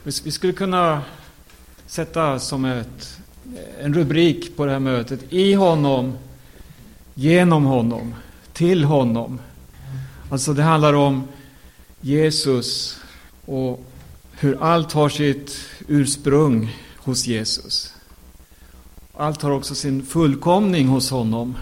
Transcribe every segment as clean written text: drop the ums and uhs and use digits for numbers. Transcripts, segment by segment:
Vi skulle kunna sätta som en rubrik på det här mötet: i honom, genom honom, till honom. Alltså det handlar om Jesus och hur allt har sitt ursprung hos Jesus. Allt har också sin fullkomning hos honom.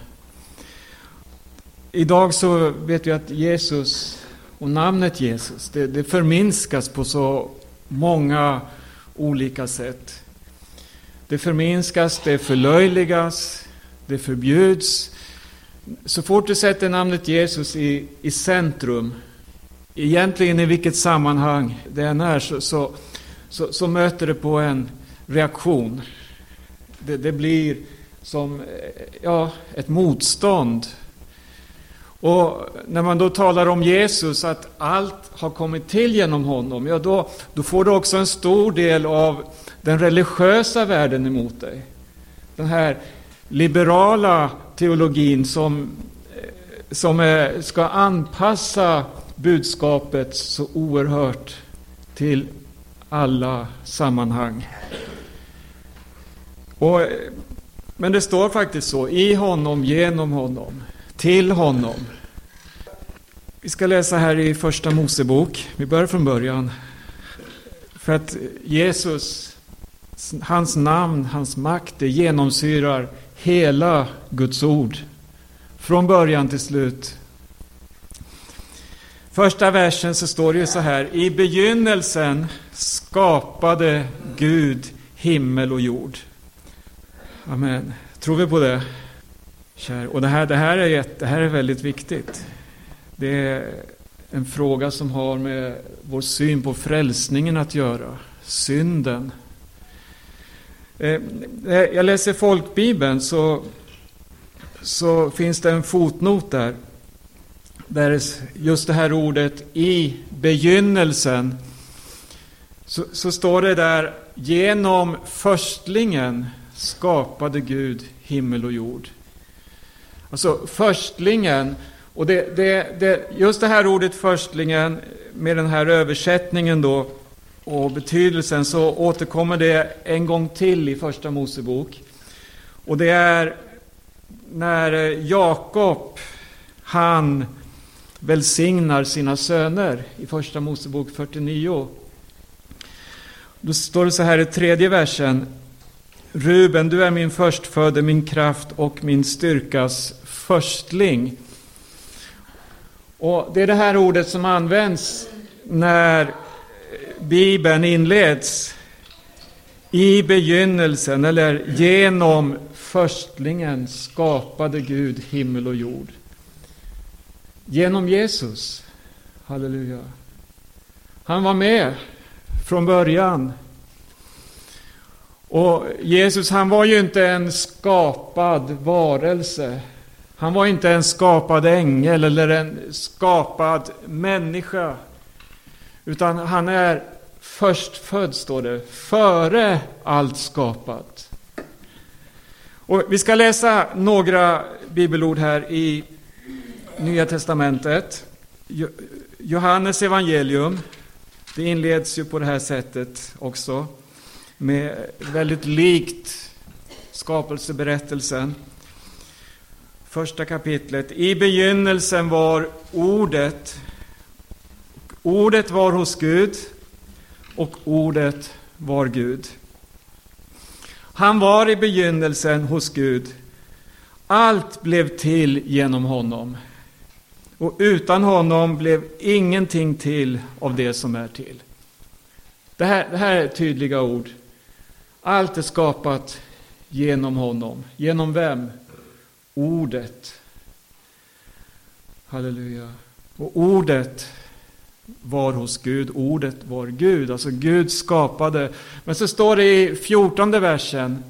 Idag så vet vi att Jesus och namnet Jesus, det förminskas på så många olika sätt. Det förminskas, det förlöjligas, det förbjuds. Så fort du sätter namnet Jesus i centrum, egentligen i vilket sammanhang det än är, så möter det på en reaktion. Det blir som ett motstånd. Och när man då talar om Jesus, att allt har kommit till genom honom, då får du också en stor del av den religiösa världen emot dig. Den här liberala teologin som ska anpassa budskapet så oerhört till alla sammanhang. Men det står faktiskt så: i honom, genom honom, till honom. Vi ska läsa här i första Mosebok. Vi börjar från början. För att Jesus, hans namn, hans makt, det genomsyrar hela Guds ord. Från början till slut. Första versen så står det ju så här: i begynnelsen skapade Gud himmel och jord. Amen. Tror vi på det? Och det här är väldigt viktigt. Det är en fråga som har med vår syn på frälsningen att göra. Synden. Jag läser folkbibeln så finns det en fotnot där just det här ordet i begynnelsen, så står det där: genom förstlingen skapade Gud himmel och jord. Alltså förstlingen, och just det här ordet förstlingen med den här översättningen då och betydelsen, så återkommer det en gång till i första Mosebok. Och det är när Jakob, han välsignar sina söner i första Mosebok 49. Då står det så här i tredje versen: Ruben, du är min förstfödde, min kraft och min styrkas förstling. Och det är det här ordet som används när Bibeln inleds. I begynnelsen, eller genom förstlingen skapade Gud himmel och jord. Genom Jesus. Halleluja. Han var med från början. Och Jesus, han var ju inte en skapad varelse. Han var inte en skapad ängel eller en skapad människa. Utan han är förstfödd, står det, före allt skapat. Och vi ska läsa några bibelord här i Nya testamentet. Johannes evangelium, det inleds ju på det här sättet också, med väldigt likt skapelseberättelsen. Första kapitlet: i begynnelsen var ordet. Ordet var hos Gud och ordet var Gud. Han var i begynnelsen hos Gud. Allt blev till genom honom. Och utan honom blev ingenting till av det som är till. Det här är tydliga ord. Allt är skapat genom honom. Genom vem? Ordet. Halleluja. Och ordet var hos Gud. Ordet var Gud. Alltså Gud skapade. Men så står det i 14:e versen: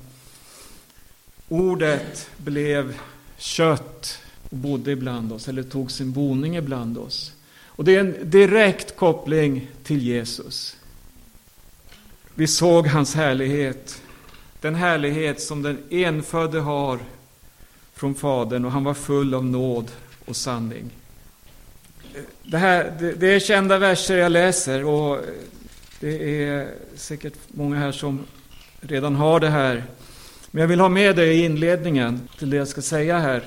ordet blev kött och bodde ibland oss. Eller tog sin boning ibland oss. Och det är en direkt koppling till Jesus. Vi såg hans härlighet. Den härlighet som den enfödde har från Fadern, och han var full av nåd och sanning. Det är kända verser jag läser, och Det är säkert många här som redan har det här. Men jag vill ha med det i inledningen till det jag ska säga här.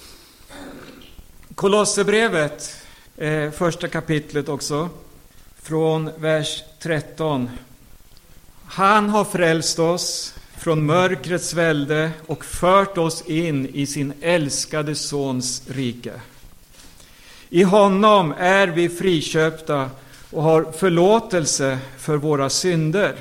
Kolosserbrevet, första kapitlet också, från vers 13. Han har frälst oss från mörkrets välde och fört oss in i sin älskade sons rike. I honom är vi friköpta och har förlåtelse för våra synder.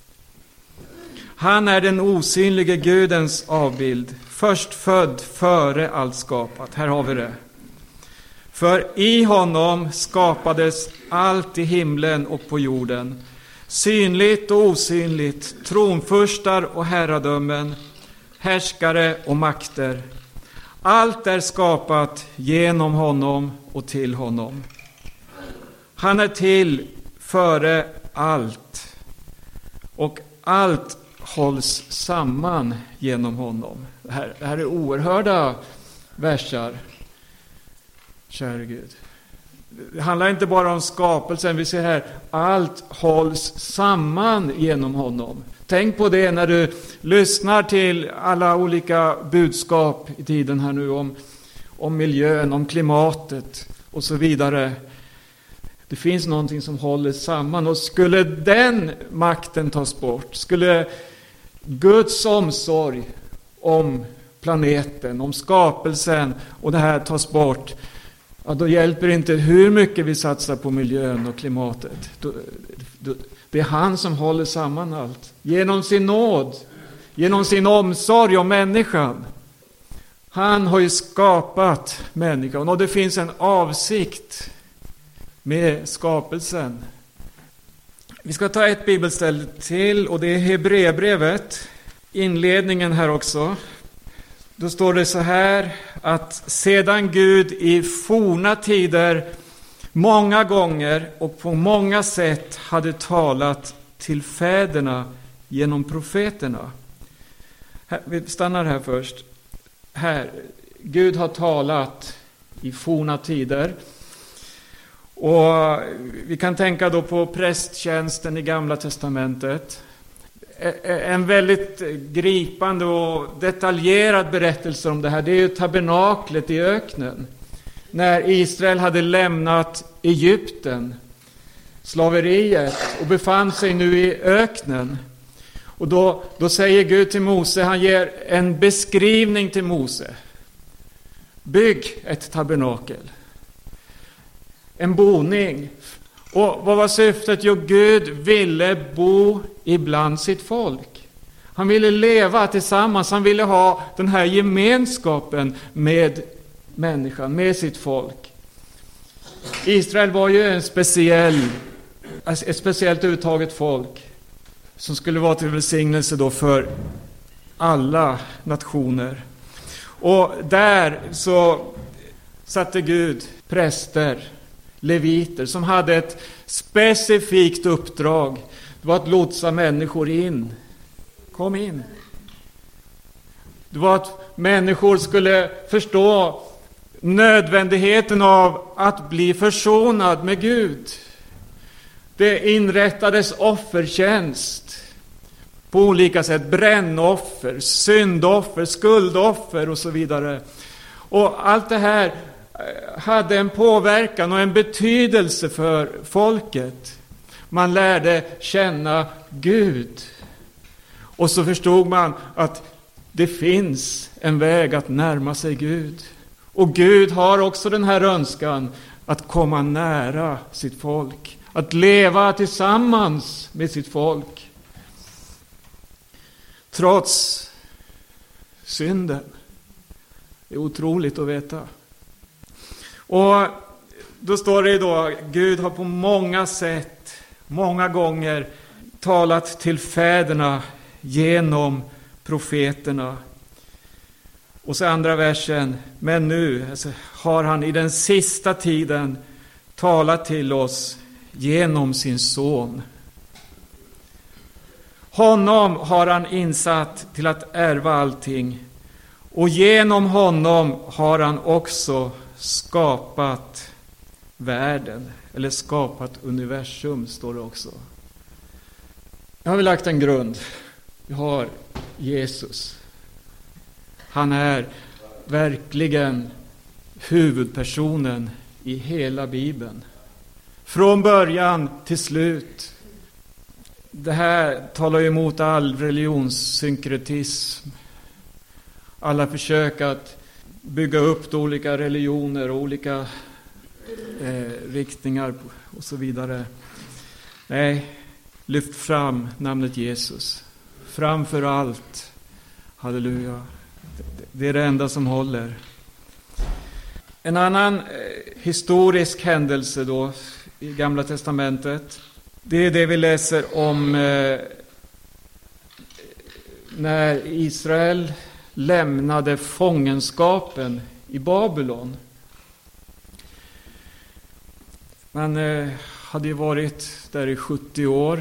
Han är den osynlige Gudens avbild, förstfödd före allt skapat. Här har vi det. För i honom skapades allt i himlen och på jorden, synligt och osynligt, tronfurstar och herradömen, härskare och makter. Allt är skapat genom honom och till honom. Han är till före allt, och allt hålls samman genom honom. Det här är oerhörda versar, kära Gud. Det handlar inte bara om skapelsen, vi ser här, allt hålls samman genom honom. Tänk på det när du lyssnar till alla olika budskap i tiden här nu om miljön, om klimatet och så vidare. Det finns någonting som håller samman, och skulle den makten tas bort, skulle Guds omsorg om planeten, om skapelsen och det här tas bort, ja, då hjälper det inte hur mycket vi satsar på miljön och klimatet. Det är han som håller samman allt. Genom sin nåd, genom sin omsorg om människan. Han har ju skapat människan, och det finns en avsikt med skapelsen. Vi ska ta ett bibelställe till, och det är Hebreerbrevet. Inledningen här också. Då står det så här, att sedan Gud i forna tider många gånger och på många sätt hade talat till fäderna genom profeterna. Vi stannar här först. Här, Gud har talat i forna tider. Och vi kan tänka då på prästtjänsten i Gamla testamentet. En väldigt gripande och detaljerad berättelse om det här, det är ju tabernaklet i öknen. När Israel hade lämnat Egypten, slaveriet, och befann sig nu i öknen. Och då säger Gud till Mose, han ger en beskrivning till Mose. Bygg ett tabernakel. En boning. Och vad var syftet? Jo, Gud ville bo ibland sitt folk. Han ville leva tillsammans. Han ville ha den här gemenskapen med människan, med sitt folk. Israel var ju ett speciellt uttaget folk som skulle vara till välsignelse då för alla nationer. Och där så satte Gud präster, leviter, som hade ett specifikt uppdrag. Det var att lotsa människor in. Kom in. Det var att människor skulle förstå nödvändigheten av att bli försonad med Gud. Det inrättades offertjänst på olika sätt. Brännoffer, syndoffer, skuldoffer och så vidare. Och allt det här hade en påverkan och en betydelse för folket. Man lärde känna Gud. Och så förstod man att det finns en väg att närma sig Gud. Och Gud har också den här önskan att komma nära sitt folk. Att leva tillsammans med sitt folk. Trots synden. Det är otroligt att veta. Och då står det då, Gud har på många sätt, många gånger talat till fäderna genom profeterna. Och så andra versen, men nu har han i den sista tiden talat till oss genom sin son. Honom har han insatt till att ärva allting, och genom honom har han också skapat världen, eller skapat universum, står det också. Nu har vi lagt en grund. Vi har Jesus. Han är verkligen huvudpersonen i hela Bibeln. Från början till slut. Det här talar emot all religionssynkretism. Alla försök att bygga upp olika religioner och olika riktningar och så vidare. Nej, lyft fram namnet Jesus. Framför allt. Halleluja. Det är det enda som håller. En annan historisk händelse då i Gamla testamentet. Det är det vi läser om när Israel lämnade fångenskapen i Babylon. Man hade ju varit där i 70 år.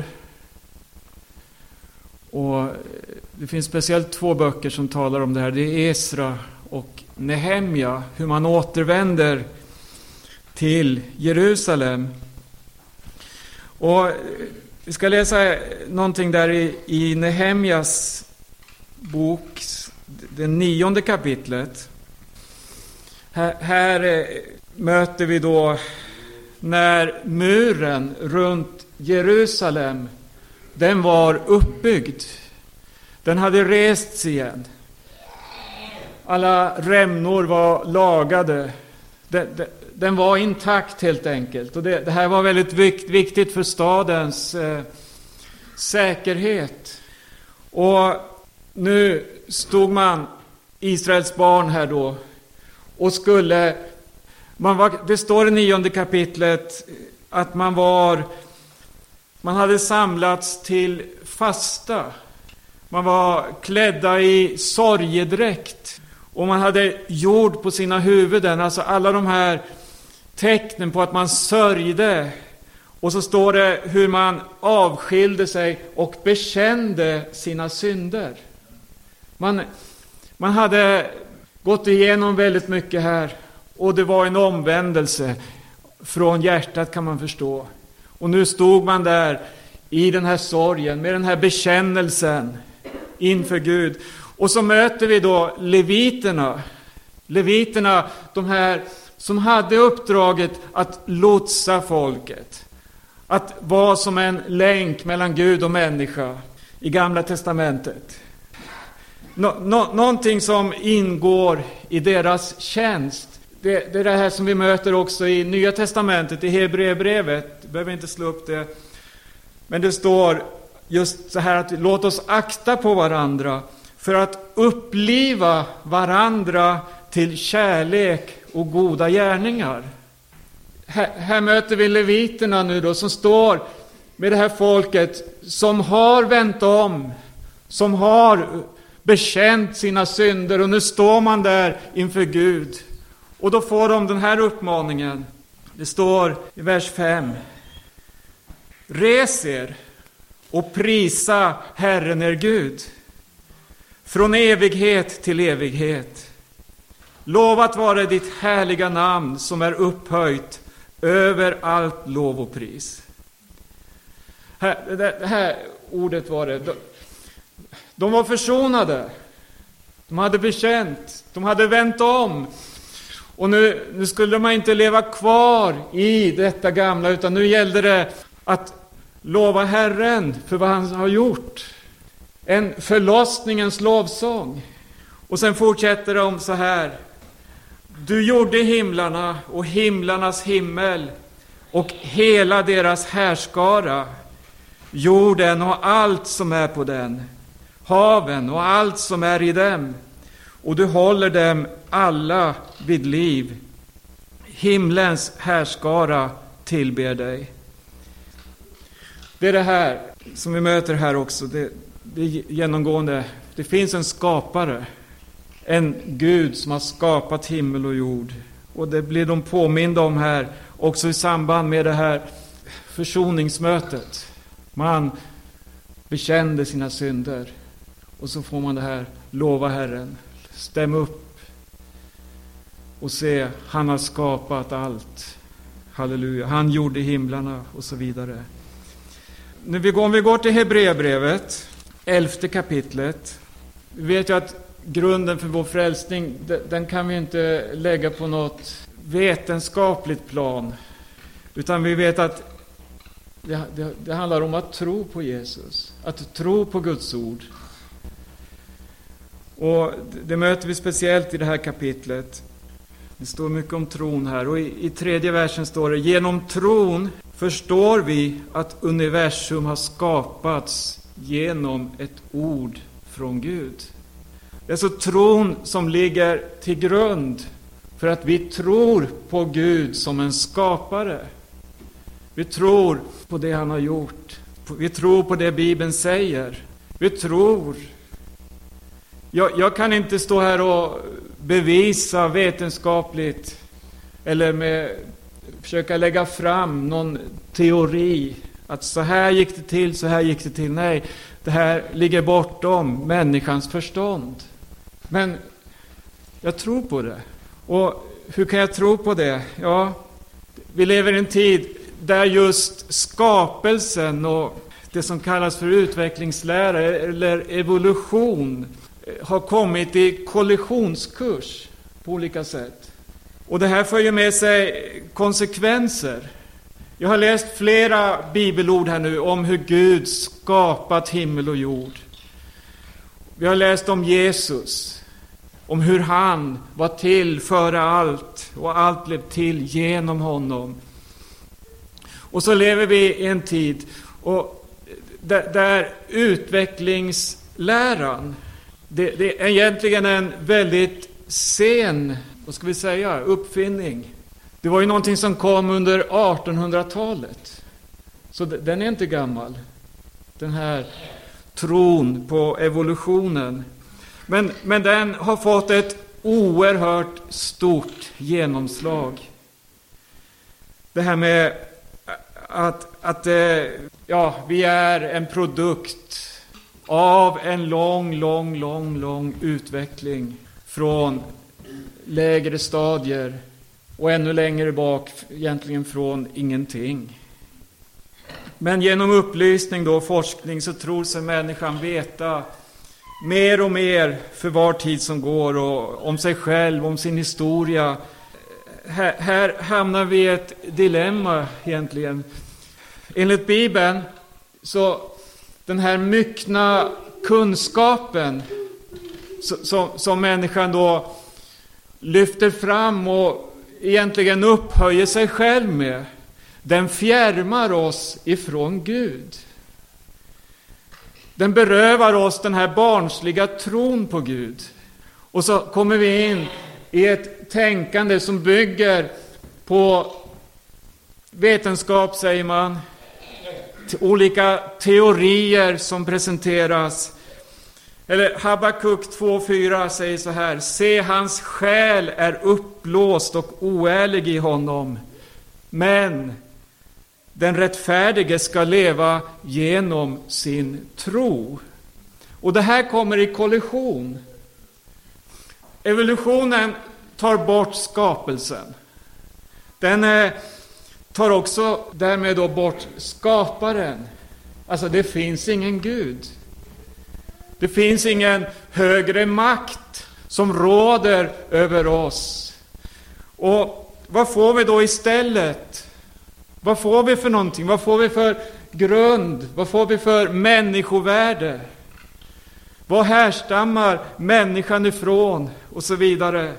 Och det finns speciellt 2 böcker som talar om det här. Det är Esra och Nehemja. Hur man återvänder till Jerusalem. Och vi ska läsa någonting där i Nehemjas bok, det 9:e kapitlet. Här möter vi då när muren runt Jerusalem, den var uppbyggd. Den hade rests igen. Alla rämnor var lagade. Den var intakt helt enkelt. Och det här var väldigt viktigt för stadens säkerhet. Och nu stod man, Israels barn här då, och skulle... det står i 9:e kapitlet att man hade samlats till fasta. Man var klädda i sorgedräkt. Och man hade jord på sina huvuden. Alltså alla de här tecknen på att man sörjde. Och så står det hur man avskilde sig och bekände sina synder. Man hade gått igenom väldigt mycket här. Och det var en omvändelse från hjärtat, kan man förstå. Och nu stod man där i den här sorgen, med den här bekännelsen inför Gud. Och så möter vi då leviterna. Leviterna, de här som hade uppdraget att lotsa folket. Att vara som en länk mellan Gud och människa i Gamla testamentet. Någonting som ingår i deras tjänst. Det är det här som vi möter också i Nya testamentet, i Hebreerbrevet. Jag behöver inte slå upp det. Men det står just så här att låt oss akta på varandra för att uppliva varandra till kärlek och goda gärningar. Här möter vi leviterna nu då, som står med det här folket som har vänt om, som har bekänt sina synder, och nu står man där inför Gud. Och då får de den här uppmaningen. Det står i vers 5. Res er och prisa Herren er Gud från evighet till evighet. Lovat vare ditt härliga namn som är upphöjt över allt lov och pris. Det här ordet var det. De var försonade. De hade bekänt. De hade vänt om. Och nu skulle man inte leva kvar i detta gamla, utan nu gällde det att lova Herren för vad han har gjort. En förlossningens lovsång. Och sen fortsätter de så här. Du gjorde himlarna och himlarnas himmel och hela deras härskara, jorden och allt som är på den, haven och allt som är i dem, och du håller dem alla vid liv. Himlens härskara tillber dig. Det är det här som vi möter här också. Det är genomgående. Det finns en skapare. En Gud som har skapat himmel och jord. Och det blir de påminda om här också i samband med det här försoningsmötet. Man bekände sina synder. Och så får man det här, lova Herren. Stäm upp och se, han har skapat allt. Halleluja. Han gjorde himlarna och så vidare. Om vi går till Hebreerbrevet, 11:e kapitlet. Vi vet ju att grunden för vår frälsning, den kan vi inte lägga på något vetenskapligt plan. Utan vi vet att det handlar om att tro på Jesus. Att tro på Guds ord. Och det möter vi speciellt i det här kapitlet. Det står mycket om tron här. Och i 3:e versen står det: genom tron förstår vi att universum har skapats genom ett ord från Gud. Det är alltså tron som ligger till grund för att vi tror på Gud som en skapare. Vi tror på det han har gjort. Vi tror på det Bibeln säger. Vi tror. Jag kan inte stå här och bevisa vetenskapligt eller försöka lägga fram någon teori att så här gick det till, så här gick det till. Nej, det här ligger bortom människans förstånd. Men jag tror på det. Och hur kan jag tro på det? Ja, vi lever i en tid där just skapelsen och det som kallas för utvecklingslära eller evolution har kommit i kollisionskurs på olika sätt. Och det här för ju med sig konsekvenser. Jag har läst flera bibelord här nu om hur Gud skapat himmel och jord. Vi har läst om Jesus, om hur han var till före allt och allt blev till genom honom. Och så lever vi i en tid och där utvecklingsläran, det är egentligen en väldigt sen, vad ska vi säga, uppfinning. Det var ju någonting som kom under 1800-talet. Så den är inte gammal. Den här tron på evolutionen. Men den har fått ett oerhört stort genomslag. Det här med att vi är en produkt av en lång utveckling från lägre stadier och ännu längre bak egentligen från ingenting. Men genom upplysning då, forskning, så tror sig människan veta mer och mer för var tid som går och om sig själv, om sin historia. Här hamnar vi i ett dilemma egentligen. Enligt Bibeln så den här myckna kunskapen som människan då lyfter fram och egentligen upphöjer sig själv med, den fjärmar oss ifrån Gud. Den berövar oss den här barnsliga tron på Gud. Och så kommer vi in i ett tänkande som bygger på vetenskap, säger man. Olika teorier som presenteras. Eller Habakuk 2:4 säger så här: se, hans själ är uppblåst och oärlig i honom. Men den rättfärdige ska leva genom sin tro. Och det här kommer i kollision. Evolutionen tar bort skapelsen. Den tar också därmed då bort skaparen. Alltså det finns ingen Gud. Det finns ingen högre makt som råder över oss. Och vad får vi då istället? Vad får vi för någonting? Vad får vi för grund? Vad får vi för människovärde? Vad härstammar människan ifrån? Och så vidare.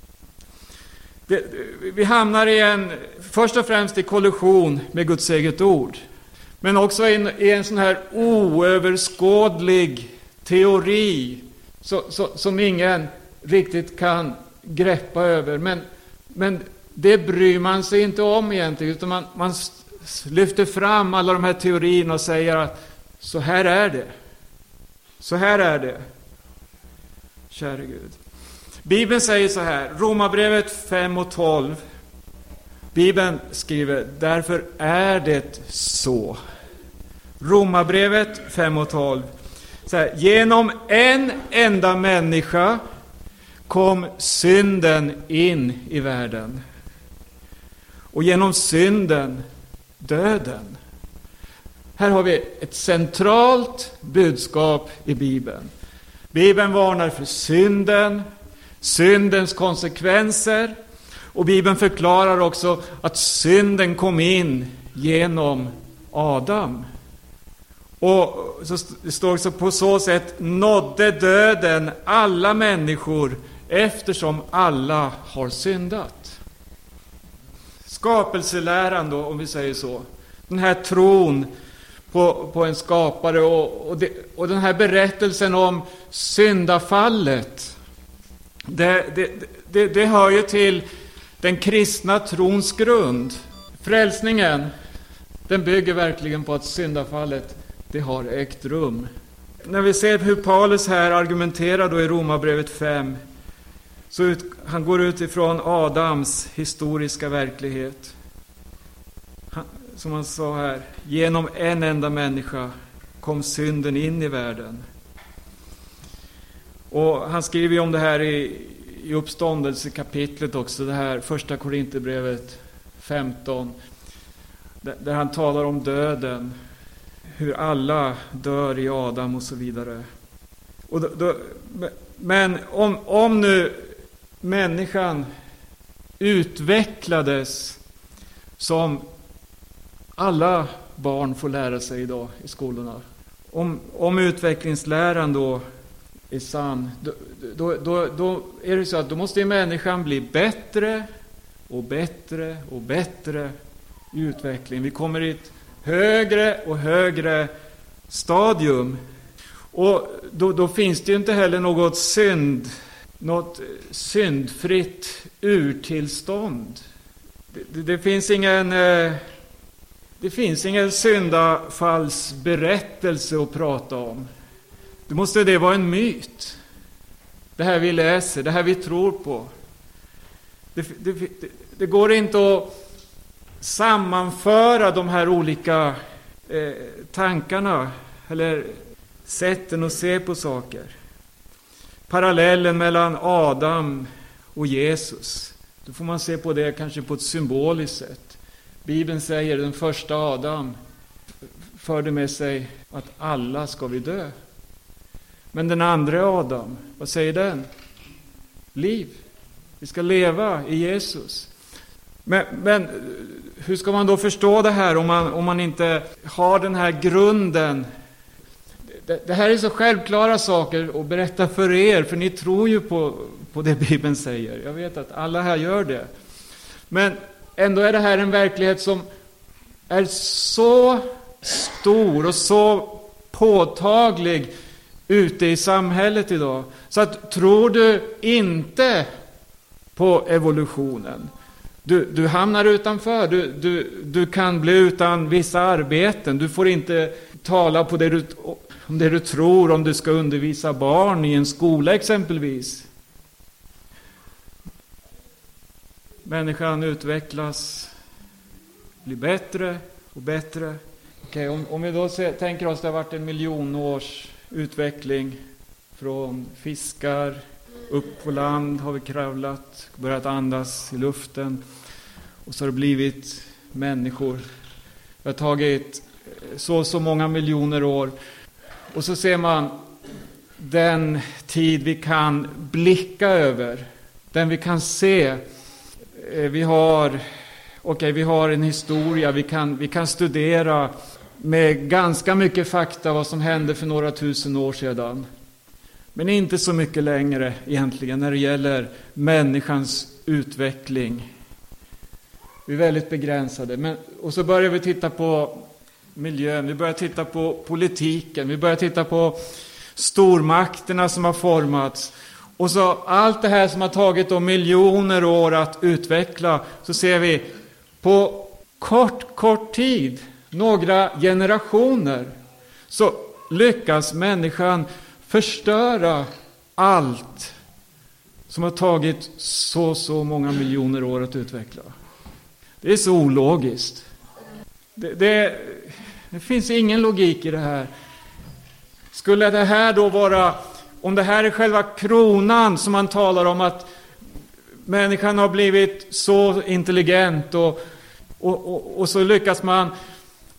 Vi hamnar först och främst i kollision med Guds eget ord. Men också i en sån här oöverskådlig teori som ingen riktigt kan greppa över. Men det bryr man sig inte om egentligen, utan man lyfter fram alla de här teorierna och säger att så här är det. Så här är det. Käre Gud. Bibeln säger så här, Romarbrevet 5:12. Bibeln skriver, därför är det så. Romarbrevet 5:12. Så här, genom en enda människa kom synden in i världen. Och genom synden döden. Här har vi ett centralt budskap i Bibeln. Bibeln varnar för synden, syndens konsekvenser. Och Bibeln förklarar också att synden kom in genom Adam. Och så det står också på så sätt nådde döden alla människor eftersom alla har syndat. Skapelseläran då, om vi säger så. Den här tron på en skapare och den här berättelsen om syndafallet. Det hör ju till den kristna trons grund. Frälsningen, den bygger verkligen på att syndafallet, det har ägt rum. När vi ser hur Paulus här argumenterar då i Romarbrevet 5, så han går ut ifrån Adams historiska verklighet. Som han sa här, genom en enda människa kom synden in i världen. Och han skriver ju om det här i uppståndelsekapitlet också, det här första Korinthierbrevet 15, där han talar om döden, hur alla dör i Adam och så vidare. Men om nu människan utvecklades som alla barn får lära sig idag i skolorna, om utvecklingsläran då är sann, då är det så att då måste ju människan bli bättre och bättre och bättre i utveckling. Vi kommer i ett högre och högre stadium. Och då finns det ju inte heller något syndfritt urtillstånd. Det finns ingen syndafallsberättelse att prata om. Det måste vara en myt. Det här vi läser, det här vi tror på. Det går inte att sammanföra de här olika tankarna eller sätten att se på saker. Parallellen mellan Adam och Jesus, då får man se på det kanske på ett symboliskt sätt. Bibeln säger den första Adam förde med sig att alla ska vi dö. Men den andra Adam, vad säger den? Liv. Vi ska leva i Jesus. Men hur ska man då förstå det här om man inte har den här grunden? Det här är så självklara saker att berätta för er, för ni tror ju på det Bibeln säger. Jag vet att alla här gör det. Men ändå är det här en verklighet som är så stor och så påtaglig ute i samhället idag. Så att tror du inte på evolutionen, du hamnar utanför. Du kan bli utan vissa arbeten. Du får inte tala på om det du tror, om du ska undervisa barn i en skola exempelvis. Människan utvecklas, blir bättre och bättre. Okej, om vi då tänker oss att det har varit 1 miljon års utveckling från fiskar upp på land, har vi kravlat, börjat andas i luften, och så har det blivit människor. Det har tagit så många miljoner år, och så ser man den tid vi kan blicka över, den vi kan se. Vi har en historia, vi kan studera med ganska mycket fakta vad som hände för några tusen år sedan. Men inte så mycket längre egentligen när det gäller människans utveckling. Vi är väldigt begränsade. Och så börjar vi titta på miljön, vi börjar titta på politiken, vi börjar titta på stormakterna som har formats. Och så allt det här som har tagit miljoner år att utveckla, så ser vi på kort tid, några generationer, så lyckas människan förstöra allt som har tagit så många miljoner år att utveckla. Det är så ologiskt. Det finns ingen logik i det här. Skulle det här då vara, om det här är själva kronan som man talar om, att människan har blivit så intelligent och så lyckas man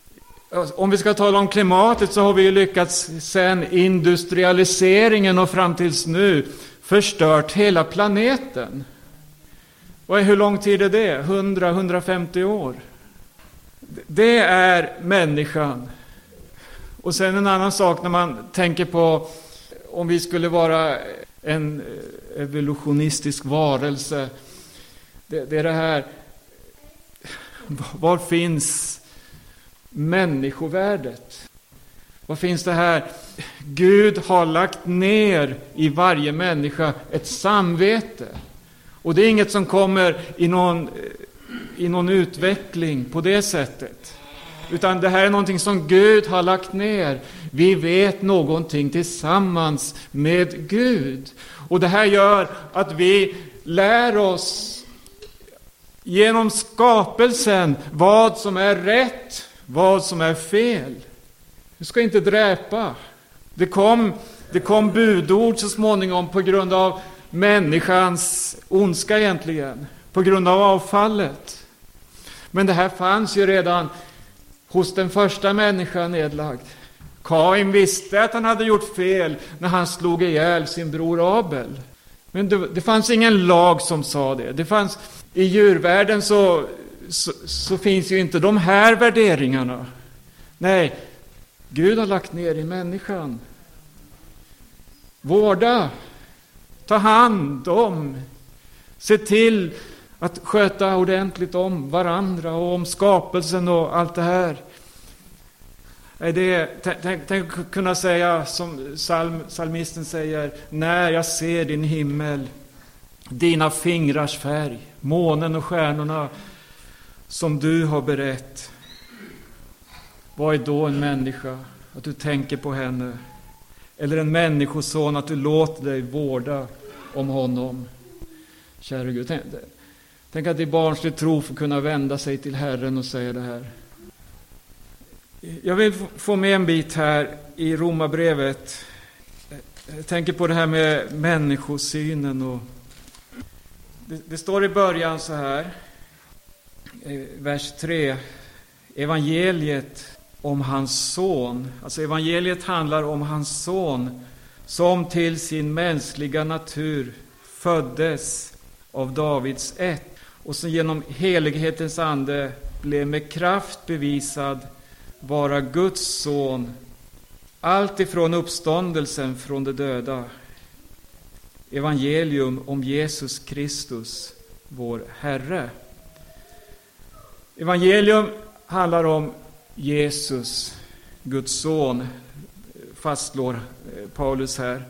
Om vi ska tala om klimatet så har vi ju lyckats sedan industrialiseringen och fram tills nu förstört hela planeten. Och hur lång tid är det? 100-150 år. Det är människan. Och sen en annan sak när man tänker på om vi skulle vara en evolutionistisk varelse. Det är det här. Var finns människovärdet? Var finns det här? Gud har lagt ner i varje människa ett samvete. Och det är inget som kommer i någon utveckling på det sättet. Utan det här är någonting som Gud har lagt ner. Vi vet någonting tillsammans med Gud. Och det här gör att vi lär oss genom skapelsen vad som är rätt, vad som är fel. Du ska inte dräpa. Det kom budord så småningom på grund av människans ondska egentligen. På grund av avfallet. Men det här fanns ju redan hos den första människan nedlagd. Kain visste att han hade gjort fel när han slog ihjäl sin bror Abel. Men det fanns ingen lag som sa det. Det fanns, i djurvärlden så finns ju inte de här värderingarna. Nej, Gud har lagt ner i människan. Vårda, ta hand om, se till att sköta ordentligt om varandra och om skapelsen och allt det här. Tänk kunna säga som psalmisten säger: när jag ser din himmel, dina fingrars färg, månen och stjärnorna som du har berett. Vad är då en människa? Att du tänker på henne. Eller en människoson, att du låter dig vårda om honom. Kära Gud, tänk att i barnslig tro får kunna vända sig till Herren och säga det här. Jag vill få med en bit här i Romarbrevet. Jag tänker på det här med människosynen. Och det står i början så här, vers 3. Evangeliet om hans son. Alltså evangeliet handlar om hans son som till sin mänskliga natur föddes av Davids ett och som genom helighetens ande blev med kraft bevisad vara Guds son, allt ifrån uppståndelsen från de döda. Evangelium om Jesus Kristus, vår Herre. Evangelium handlar om Jesus, Guds son, fastslår Paulus här.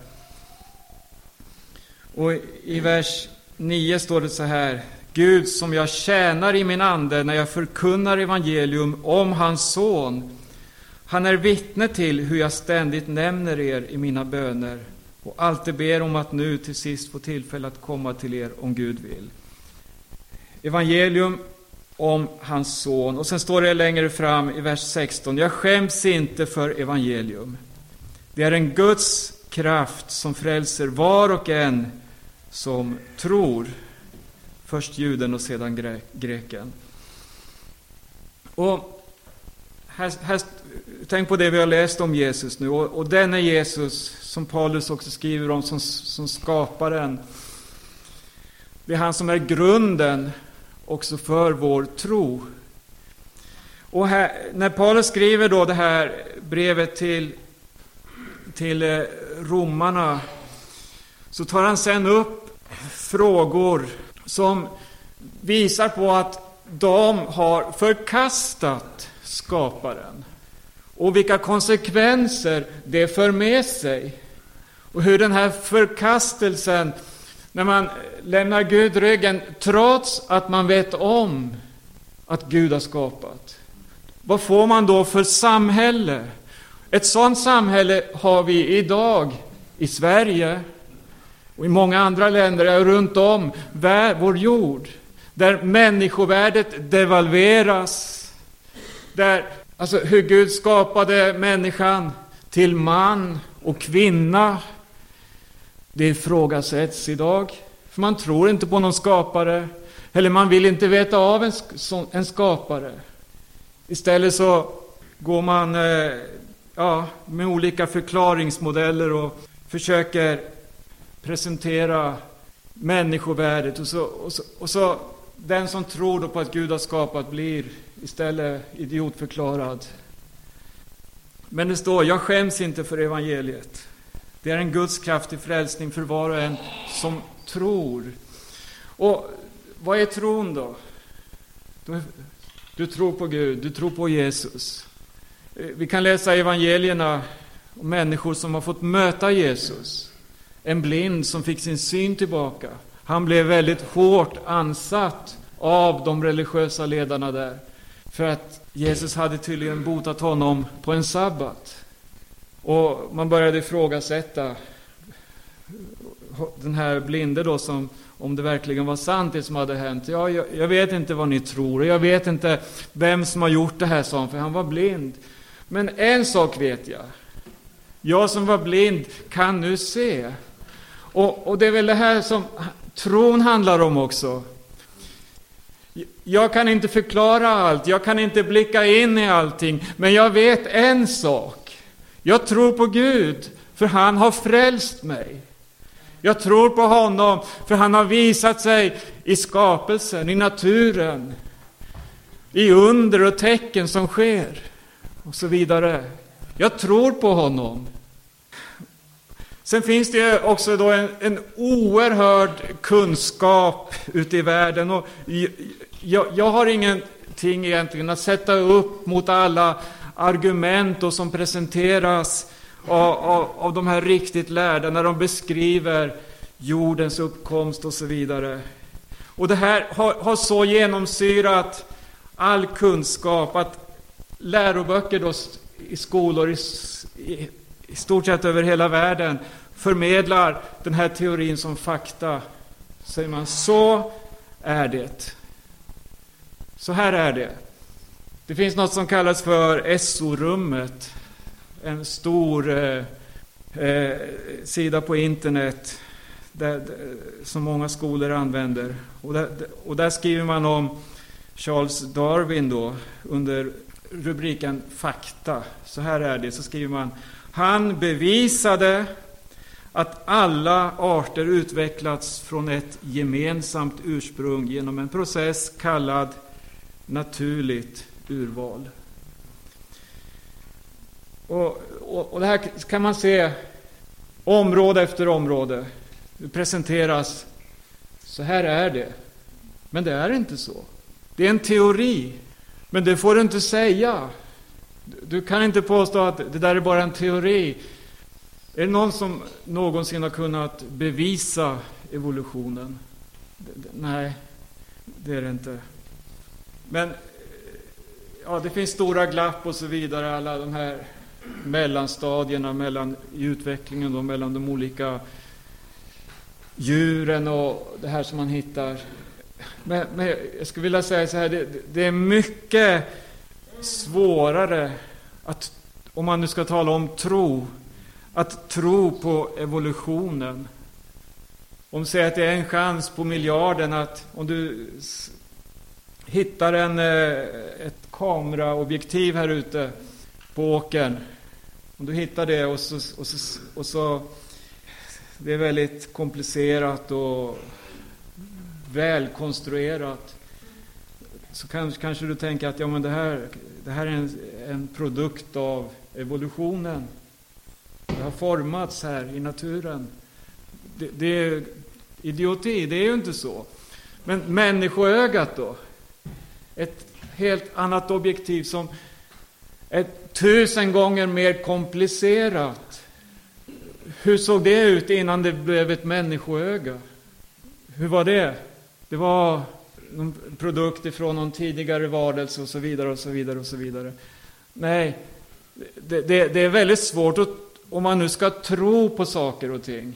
Och i vers 9 står det så här: Gud som jag tjänar i min ande när jag förkunnar evangelium om hans son. Han är vittne till hur jag ständigt nämner er i mina böner och alltid ber om att nu till sist få tillfälle att komma till er om Gud vill. Evangelium om hans son. Och sen står det längre fram i vers 16: jag skäms inte för evangelium. Det är en Guds kraft som frälser var och en som tror. Först juden och sedan greken. Och här, tänk på det vi har läst om Jesus nu. Och den är Jesus som Paulus också skriver om som skaparen. Det är han som är grunden också för vår tro. Och här, när Paulus skriver då det här brevet till romarna, så tar han sen upp frågor som visar på att de har förkastat skaparen. Och vilka konsekvenser det för med sig. Och hur den här förkastelsen, när man lämnar Gud ryggen trots att man vet om att Gud har skapat. Vad får man då för samhälle? Ett sådant samhälle har vi idag i Sverige och i många andra länder runt om vår jord. Där människovärdet devalveras. Där, alltså hur Gud skapade människan till man och kvinna, det ifrågasätts idag. För man tror inte på någon skapare. Eller man vill inte veta av en skapare. Istället så går man med olika förklaringsmodeller och försöker presentera människovärdet. Och så den som tror då på att Gud har skapat blir istället idiotförklarad. Men det står, jag skäms inte för evangeliet. Det är en Guds kraft till frälsning för var och en som tror. Och vad är tron då? Du tror på Gud, du tror på Jesus. Vi kan läsa evangelierna om människor som har fått möta Jesus. En blind som fick sin syn tillbaka. Han blev väldigt hårt ansatt av de religiösa ledarna där. För att Jesus hade tydligen botat honom på en sabbat. Och man började ifrågasätta den här blinde då, som om det verkligen var sant det som hade hänt. Ja, jag vet inte vad ni tror. Jag vet inte vem som har gjort det här, sa han, för han var blind. Men en sak vet jag. Jag som var blind kan nu se. Och det är väl det här som tron handlar om också. Jag kan inte förklara allt. Jag kan inte blicka in i allting. Men jag vet en sak. Jag tror på Gud, för han har frälst mig. Jag tror på honom, för han har visat sig i skapelsen, i naturen, i under och tecken som sker och så vidare. Jag tror på honom. Sen finns det också då en oerhörd kunskap ute i världen. Och jag har ingenting egentligen att sätta upp mot alla argument och som presenteras av de här riktigt lärda när de beskriver jordens uppkomst och så vidare. Och det här har så genomsyrat all kunskap att läroböcker då i skolor i stort sett över hela världen förmedlar den här teorin som fakta. Säger man, så är det. Så här är det. Det finns något som kallas för SO-rummet. En stor sida på internet som många skolor använder. Och där skriver man om Charles Darwin då under rubriken fakta. Så här är det. Så skriver man: han bevisade att alla arter utvecklats från ett gemensamt ursprung genom en process kallad naturligt urval. Och det här kan man se område efter område. Det presenteras, så här är det. Men det är inte så. Det är en teori. Men det får du inte säga. Du kan inte påstå att det där är bara en teori. Är det någon som någonsin har kunnat bevisa evolutionen? Nej, det är det inte. Men ja, det finns stora glapp och så vidare. Alla de här mellanstadierna i utvecklingen då, mellan de olika djuren och det här som man hittar. Men jag skulle vilja säga så här, det är mycket svårare att, om man nu ska tala om tro, att tro på evolutionen. Om säger att det är en chans på miljarden att om du hittar ett kameraobjektiv här ute på åkern, om du hittar det och så det är väldigt komplicerat och välkonstruerat, så kanske du tänker att ja, men det här är en produkt av evolutionen. Det har formats här i naturen. Det är idioti, det är ju inte så. Men människoögat då? Ett helt annat objektiv som är 1000 gånger mer komplicerat. Hur såg det ut innan det blev ett människoöga? Hur var det? Det var en produkt ifrån någon tidigare varelse och så vidare och så vidare och så vidare. Nej, det är väldigt svårt om man nu ska tro på saker och ting.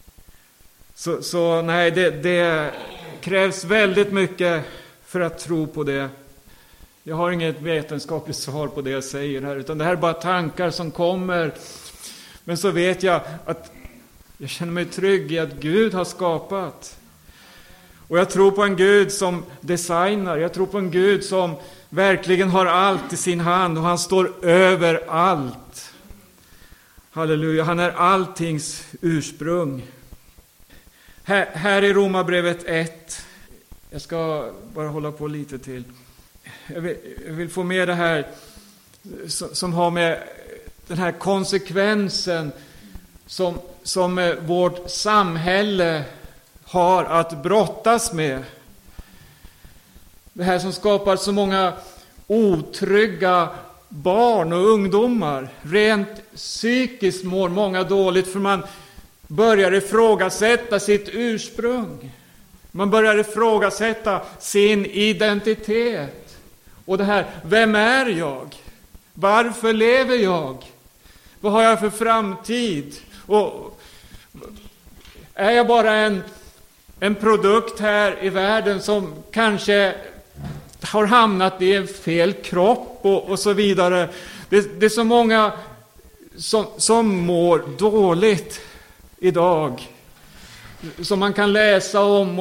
Så nej, det krävs väldigt mycket för att tro på det. Jag har inget vetenskapligt svar på det jag säger här, utan det här är bara tankar som kommer. Men så vet jag att jag känner mig trygg i att Gud har skapat. Och jag tror på en Gud som designar. Jag tror på en Gud som verkligen har allt i sin hand och han står över allt. Halleluja, han är alltings ursprung. Här i Romarbrevet 1, jag ska bara hålla på lite till. Jag vill få med det här som har med den här konsekvensen som vårt samhälle har att brottas med. Det här som skapar så många otrygga barn och ungdomar. Rent psykiskt mår många dåligt för man börjar ifrågasätta sitt ursprung. Man börjar ifrågasätta sin identitet. Och det här, vem är jag? Varför lever jag? Vad har jag för framtid? Och är jag bara en produkt här i världen som kanske har hamnat i en fel kropp och så vidare. Det är så många som mår dåligt idag. Som man kan läsa om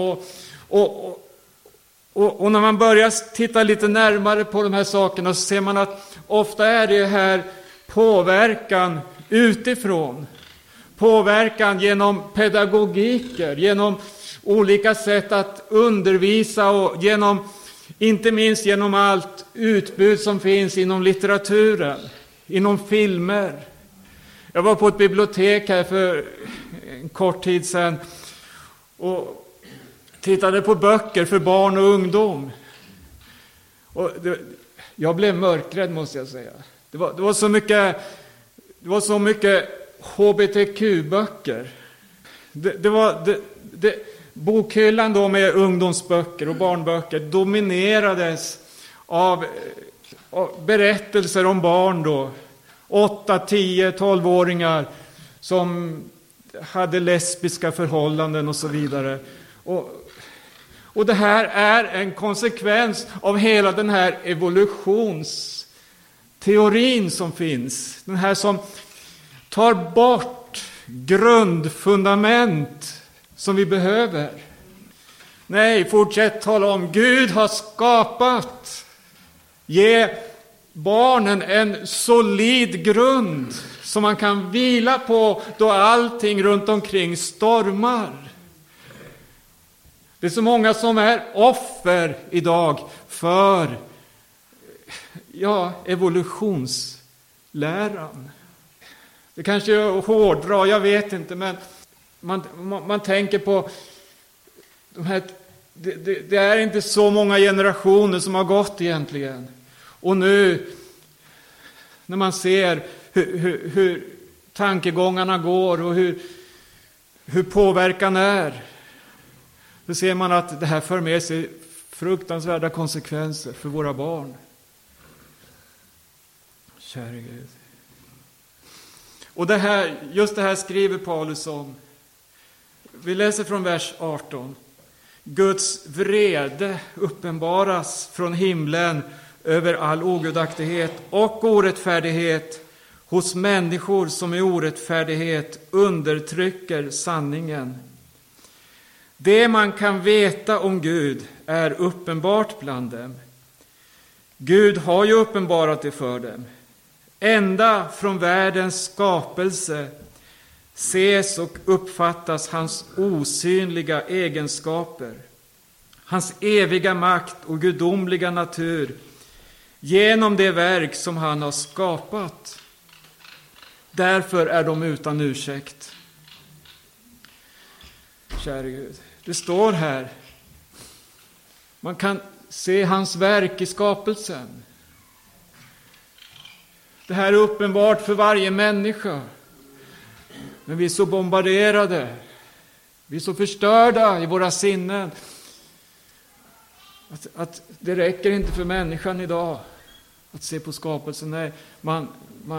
och när man börjar titta lite närmare på de här sakerna så ser man att ofta är det här påverkan utifrån. Påverkan genom pedagogiker, genom olika sätt att undervisa och inte minst genom allt utbud som finns inom litteraturen, inom filmer. Jag var på ett bibliotek här för en kort tid sedan och tittade på böcker för barn och ungdom. Och jag blev mörkrädd måste jag säga. Det var så mycket HBTQ-böcker. Bokhyllan då med ungdomsböcker och barnböcker dominerades av berättelser om barn då. 8, 10, 12-åringar som hade lesbiska förhållanden och så vidare. Och det här är en konsekvens av hela den här evolutionsteorin som finns. Den här som tar bort grundfundament som vi behöver. Nej, fortsätt tala om Gud har skapat. Ge barnen en solid grund som man kan vila på då allting runt omkring stormar. Det är så många som är offer idag för evolutionsläran. Det kanske är hårdra, jag vet inte, men man tänker på de här, det är inte så många generationer som har gått egentligen. Och nu när man ser hur tankegångarna går och hur påverkan är, så ser man att det här för med sig fruktansvärda konsekvenser för våra barn. Kära Gud. Och just det här skriver Paulus om. Vi läser från vers 18. Guds vrede uppenbaras från himlen över all ogudaktighet och orättfärdighet hos människor som i orättfärdighet undertrycker sanningen. Det man kan veta om Gud är uppenbart bland dem. Gud har ju uppenbarat det för dem. Ända från världens skapelse ses och uppfattas hans osynliga egenskaper, hans eviga makt och gudomliga natur genom det verk som han har skapat. Därför är de utan ursäkt. Kära Gud, det står här. Man kan se hans verk i skapelsen. Det här är uppenbart för varje människa. Men vi är så bombarderade. Vi är så förstörda i våra sinnen. Att det räcker inte för människan idag att se på skapelsen. Nej, man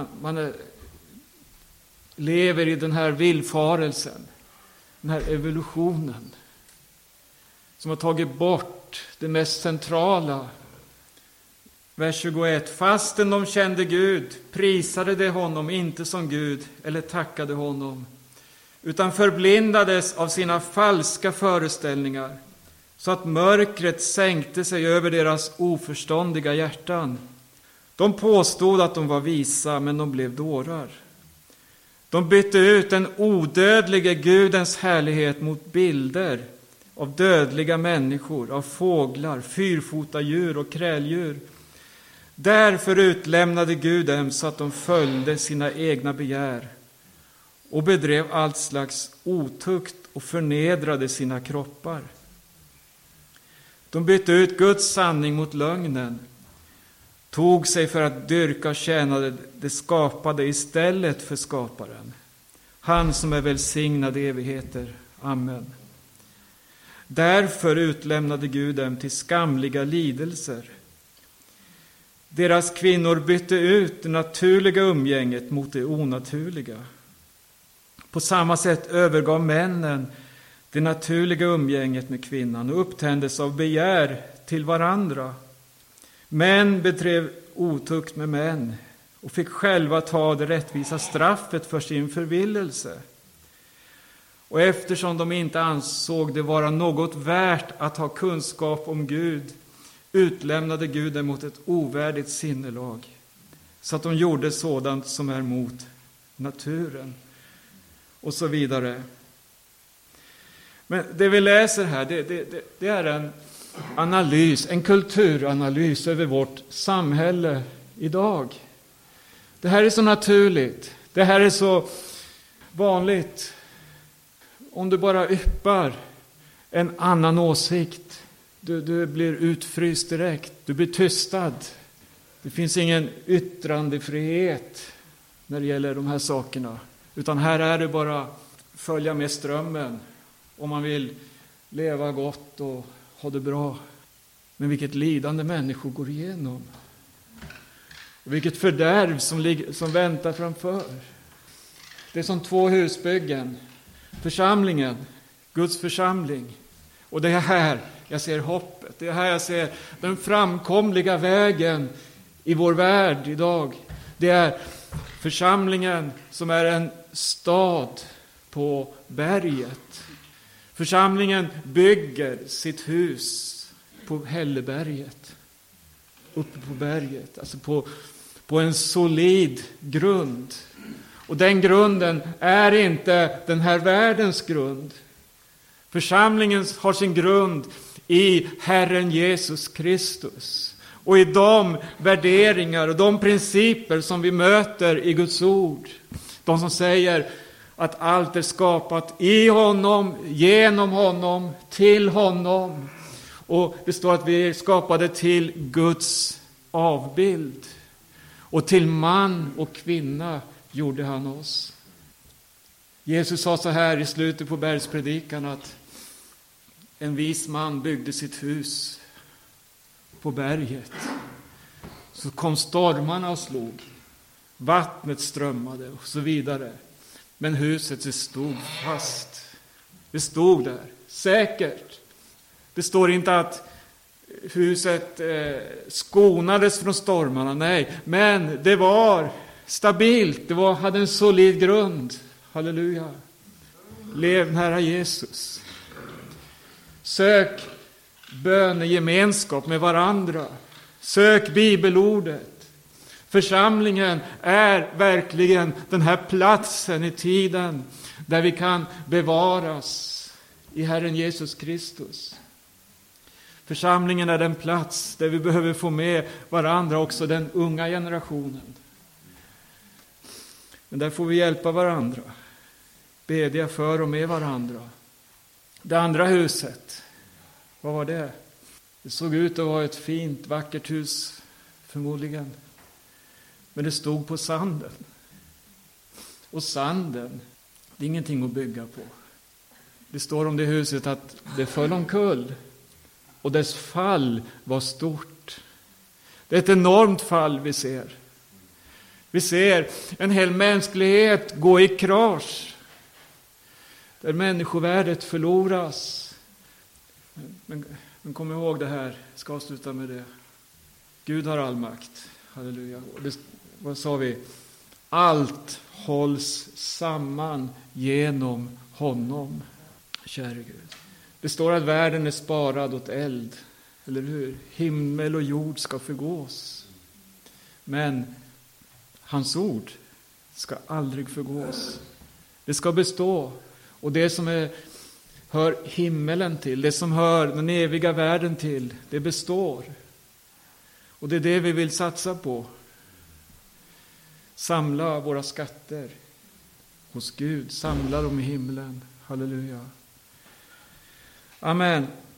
lever i den här villfarelsen. Den här evolutionen. Som har tagit bort det mest centrala. Vers 21. Fastän de kände Gud prisade de honom inte som Gud eller tackade honom, utan förblindades av sina falska föreställningar. så att mörkret sänkte sig över deras oförståndiga hjärtan. De påstod att de var visa, men de blev dårar. De bytte ut den odödlige Gudens härlighet mot bilder av dödliga människor, av fåglar, fyrfotadjur och kräldjur. Därför utlämnade Gud dem så att de följde sina egna begär och bedrev allt slags otukt och förnedrade sina kroppar. De bytte ut Guds sanning mot lögnen, tog sig för att dyrka och tjäna det skapade istället för skaparen, han som är välsignad i evigheter. Amen. Därför utlämnade Gud dem till skamliga lidelser. Deras kvinnor bytte ut det naturliga umgänget mot det onaturliga. På samma sätt övergav männen det naturliga umgänget med kvinnan och upptändes av begär till varandra. Män bedrev otukt med män och fick själva ta det rättvisa straffet för sin förvillelse. Och eftersom de inte ansåg det vara något värt att ha kunskap om Gud, utlämnade Gud dem mot ett ovärdigt sinnelag, så att de gjorde sådant som är mot naturen. Och så vidare. Men det vi läser här, det är en analys, en kulturanalys över vårt samhälle idag. Det här är så naturligt. Det här är så vanligt. Om du bara yppar en annan åsikt, du blir utfryst direkt. Du blir tystad. Det finns ingen yttrandefrihet när det gäller de här sakerna. Utan här är det bara följa med strömmen om man vill leva gott och ha det bra. Men vilket lidande människor går igenom. Och vilket fördärv som väntar framför. Det är som två husbyggen. Församlingen, Guds församling. Och det är här jag ser hoppet. Det är här jag ser den framkomliga vägen i vår värld idag. Det är församlingen som är en stad på berget. Församlingen bygger sitt hus på Hälleberget. Uppe på berget. Alltså på en solid grund. Och den grunden är inte den här världens grund. Församlingen har sin grund i Herren Jesus Kristus. Och i de värderingar och de principer som vi möter i Guds ord. De som säger att allt är skapat i honom, genom honom, till honom. Och det står att vi är skapade till Guds avbild. Och till man och kvinna gjorde han oss. Jesus sa så här i slutet på bergspredikan att en vis man byggde sitt hus på berget. Så kom stormarna och slog. Vattnet strömmade och så vidare. Men huset stod fast. Det stod där, säkert. Det står inte att huset skonades från stormarna, nej. Men det var stabilt, hade en solid grund. Halleluja. Lev nära Jesus. Sök bönegemenskap med varandra. Sök bibelordet. Församlingen är verkligen den här platsen i tiden där vi kan bevaras i Herren Jesus Kristus. Församlingen är den plats där vi behöver få med varandra, också den unga generationen. Men där får vi hjälpa varandra. Bedja för och med varandra. Det andra huset, vad var det? Det såg ut att vara ett fint, vackert hus, förmodligen. Men det stod på sanden. Och sanden, det är ingenting att bygga på. Det står om det huset att det föll omkull. Och dess fall var stort. Det är ett enormt fall vi ser. Vi ser en hel mänsklighet gå i krasch. Där människovärdet förloras. Men kom ihåg det här. Jag ska avsluta med det. Gud har all makt. Halleluja. Och vad sa vi? Allt hålls samman genom honom. Käre Gud. Det står att världen är sparad åt eld, eller hur? Himmel och jord ska förgås. Men hans ord ska aldrig förgås. Det ska bestå. Och det som hör himmelen till, det som hör den eviga världen till, det består. Och det är det vi vill satsa på. Samla våra skatter hos Gud. Samla dem i himlen. Halleluja. Amen.